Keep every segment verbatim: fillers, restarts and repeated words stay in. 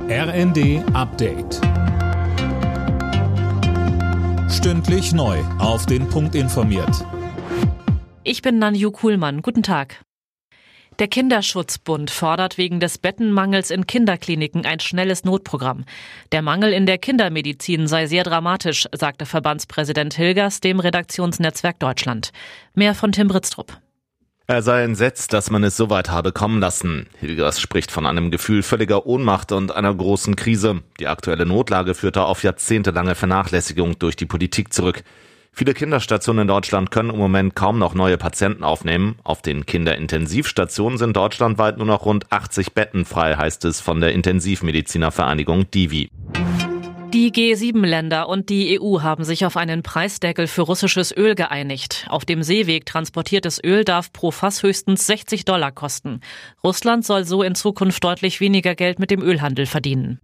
R N D Update. Stündlich neu auf den Punkt informiert. Ich bin Nanju Kuhlmann. Guten Tag. Der Kinderschutzbund fordert wegen des Bettenmangels in Kinderkliniken ein schnelles Notprogramm. Der Mangel in der Kindermedizin sei sehr dramatisch, sagte Verbandspräsident Hilgers dem Redaktionsnetzwerk Deutschland. Mehr von Tim Britztrup. Er sei entsetzt, dass man es so weit habe kommen lassen. Hilgers spricht von einem Gefühl völliger Ohnmacht und einer großen Krise. Die aktuelle Notlage führte auf jahrzehntelange Vernachlässigung durch die Politik zurück. Viele Kinderstationen in Deutschland können im Moment kaum noch neue Patienten aufnehmen. Auf den Kinderintensivstationen sind deutschlandweit nur noch rund achtzig Betten frei, heißt es von der Intensivmedizinervereinigung Divi. Die G sieben Länder und die E U haben sich auf einen Preisdeckel für russisches Öl geeinigt. Auf dem Seeweg transportiertes Öl darf pro Fass höchstens sechzig Dollar kosten. Russland soll so in Zukunft deutlich weniger Geld mit dem Ölhandel verdienen.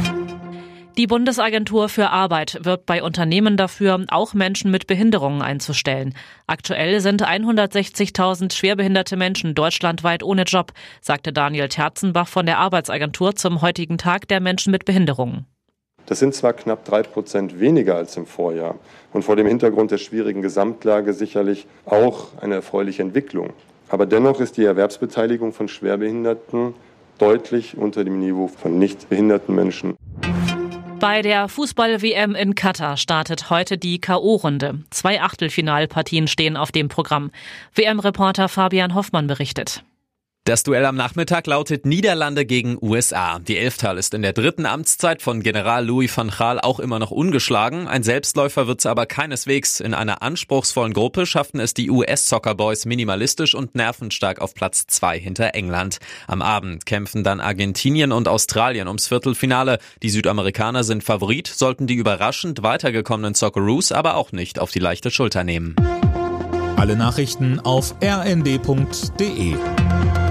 Die Bundesagentur für Arbeit wirbt bei Unternehmen dafür, auch Menschen mit Behinderungen einzustellen. Aktuell sind hundertsechzigtausend schwerbehinderte Menschen deutschlandweit ohne Job, sagte Daniel Terzenbach von der Arbeitsagentur zum heutigen Tag der Menschen mit Behinderungen. Das sind zwar knapp drei Prozent weniger als im Vorjahr und vor dem Hintergrund der schwierigen Gesamtlage sicherlich auch eine erfreuliche Entwicklung. Aber dennoch ist die Erwerbsbeteiligung von Schwerbehinderten deutlich unter dem Niveau von nicht behinderten Menschen. Bei der Fußball-W M in Katar startet heute die K O-Runde. Zwei Achtelfinalpartien stehen auf dem Programm. W M-Reporter Fabian Hoffmann berichtet. Das Duell am Nachmittag lautet Niederlande gegen U S A. Die Elftal ist in der dritten Amtszeit von General Louis van Gaal auch immer noch ungeschlagen. Ein Selbstläufer wird's aber keineswegs. In einer anspruchsvollen Gruppe schafften es die U S-Soccer-Boys minimalistisch und nervenstark auf Platz zwei hinter England. Am Abend kämpfen dann Argentinien und Australien ums Viertelfinale. Die Südamerikaner sind Favorit, sollten die überraschend weitergekommenen Socceroos aber auch nicht auf die leichte Schulter nehmen. Alle Nachrichten auf r n d punkt d e.